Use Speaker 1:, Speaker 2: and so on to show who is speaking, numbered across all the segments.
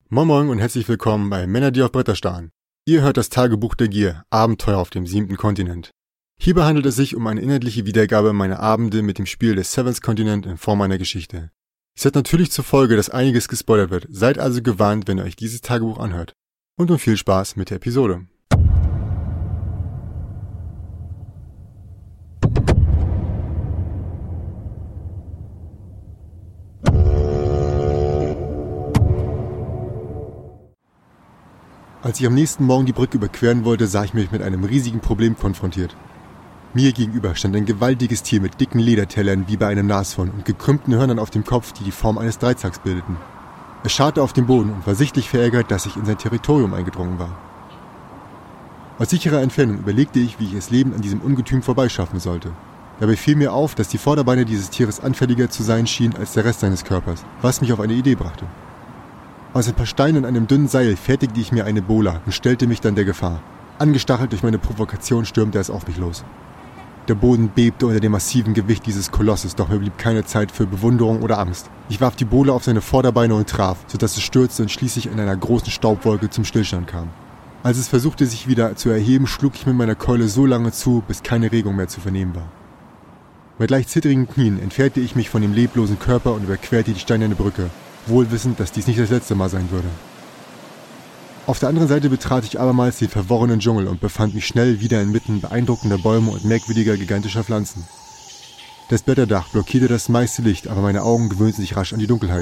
Speaker 1: Moin Moin und herzlich willkommen bei Männer, die auf Bretter starren. Ihr hört das Tagebuch der Gier, Abenteuer auf dem 7. Kontinent. Hierbei handelt es sich um eine inhaltliche Wiedergabe meiner Abende mit dem Spiel des 7th Continent in Form einer Geschichte. Es hat natürlich zur Folge, dass einiges gespoilert wird, seid also gewarnt, wenn ihr euch dieses Tagebuch anhört. Und viel Spaß mit der Episode. Als ich am nächsten Morgen die Brücke überqueren wollte, sah ich mich mit einem riesigen Problem konfrontiert. Mir gegenüber stand ein gewaltiges Tier mit dicken Ledertellern wie bei einem Nashorn und gekrümmten Hörnern auf dem Kopf, die die Form eines Dreizacks bildeten. Es scharrte auf dem Boden und war sichtlich verärgert, dass ich in sein Territorium eingedrungen war. Aus sicherer Entfernung überlegte ich, wie ich es lebend an diesem Ungetüm vorbeischaffen sollte. Dabei fiel mir auf, dass die Vorderbeine dieses Tieres anfälliger zu sein schienen als der Rest seines Körpers, was mich auf eine Idee brachte. Aus ein paar Steinen und einem dünnen Seil fertigte ich mir eine Bola und stellte mich dann der Gefahr. Angestachelt durch meine Provokation stürmte es auf mich los. Der Boden bebte unter dem massiven Gewicht dieses Kolosses, doch mir blieb keine Zeit für Bewunderung oder Angst. Ich warf die Bola auf seine Vorderbeine und traf, sodass es stürzte und schließlich in einer großen Staubwolke zum Stillstand kam. Als es versuchte, sich wieder zu erheben, schlug ich mit meiner Keule so lange zu, bis keine Regung mehr zu vernehmen war. Mit leicht zittrigen Knien entfernte ich mich von dem leblosen Körper und überquerte die steinerne Brücke, wohl wissend, dass dies nicht das letzte Mal sein würde. Auf der anderen Seite betrat ich abermals den verworrenen Dschungel und befand mich schnell wieder inmitten beeindruckender Bäume und merkwürdiger, gigantischer Pflanzen. Das Blätterdach blockierte das meiste Licht, aber meine Augen gewöhnten sich rasch an die Dunkelheit.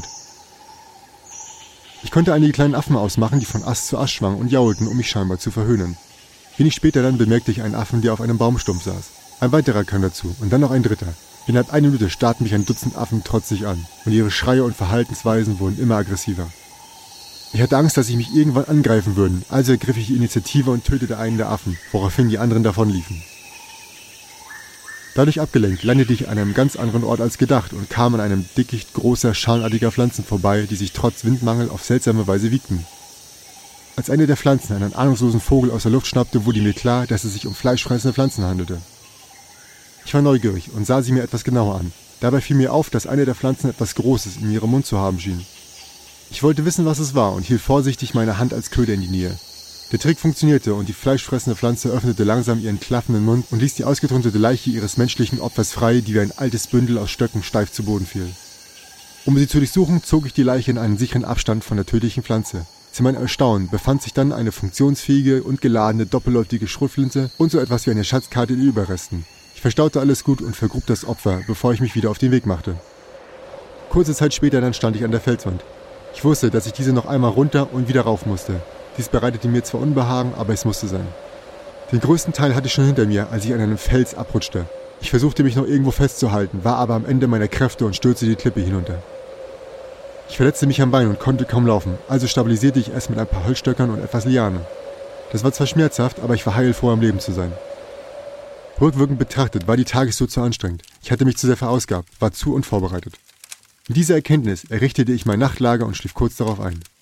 Speaker 1: Ich konnte einige kleine Affen ausmachen, die von Ast zu Ast schwangen und jaulten, um mich scheinbar zu verhöhnen. Wenig später dann bemerkte ich einen Affen, der auf einem Baumstumpf saß. Ein weiterer kam dazu und dann noch ein dritter. Innerhalb einer Minute starrten mich ein Dutzend Affen trotzig an und ihre Schreie und Verhaltensweisen wurden immer aggressiver. Ich hatte Angst, dass sie mich irgendwann angreifen würden, also ergriff ich die Initiative und tötete einen der Affen, woraufhin die anderen davonliefen. Dadurch abgelenkt landete ich an einem ganz anderen Ort als gedacht und kam an einem Dickicht großer, schalenartiger Pflanzen vorbei, die sich trotz Windmangel auf seltsame Weise wiegten. Als eine der Pflanzen einen ahnungslosen Vogel aus der Luft schnappte, wurde mir klar, dass es sich um fleischfressende Pflanzen handelte. Ich war neugierig und sah sie mir etwas genauer an. Dabei fiel mir auf, dass eine der Pflanzen etwas Großes in ihrem Mund zu haben schien. Ich wollte wissen, was es war und hielt vorsichtig meine Hand als Köder in die Nähe. Der Trick funktionierte und die fleischfressende Pflanze öffnete langsam ihren klaffenden Mund und ließ die ausgetrocknete Leiche ihres menschlichen Opfers frei, die wie ein altes Bündel aus Stöcken steif zu Boden fiel. Um sie zu durchsuchen, zog ich die Leiche in einen sicheren Abstand von der tödlichen Pflanze. Zu meinem Erstaunen befand sich dann eine funktionsfähige und geladene doppelläufige Schrotflinte und so etwas wie eine Schatzkarte in den Überresten. Ich verstaute alles gut und vergrub das Opfer, bevor ich mich wieder auf den Weg machte. Kurze Zeit später dann stand ich an der Felswand. Ich wusste, dass ich diese noch einmal runter und wieder rauf musste. Dies bereitete mir zwar Unbehagen, aber es musste sein. Den größten Teil hatte ich schon hinter mir, als ich an einem Fels abrutschte. Ich versuchte mich noch irgendwo festzuhalten, war aber am Ende meiner Kräfte und stürzte die Klippe hinunter. Ich verletzte mich am Bein und konnte kaum laufen, also stabilisierte ich es mit ein paar Holzstöckern und etwas Lianen. Das war zwar schmerzhaft, aber ich war heilfroh, am Leben zu sein. Rückwirkend betrachtet war die Tagestour zu anstrengend. Ich hatte mich zu sehr verausgabt, war zu unvorbereitet. Mit dieser Erkenntnis errichtete ich mein Nachtlager und schlief kurz darauf ein.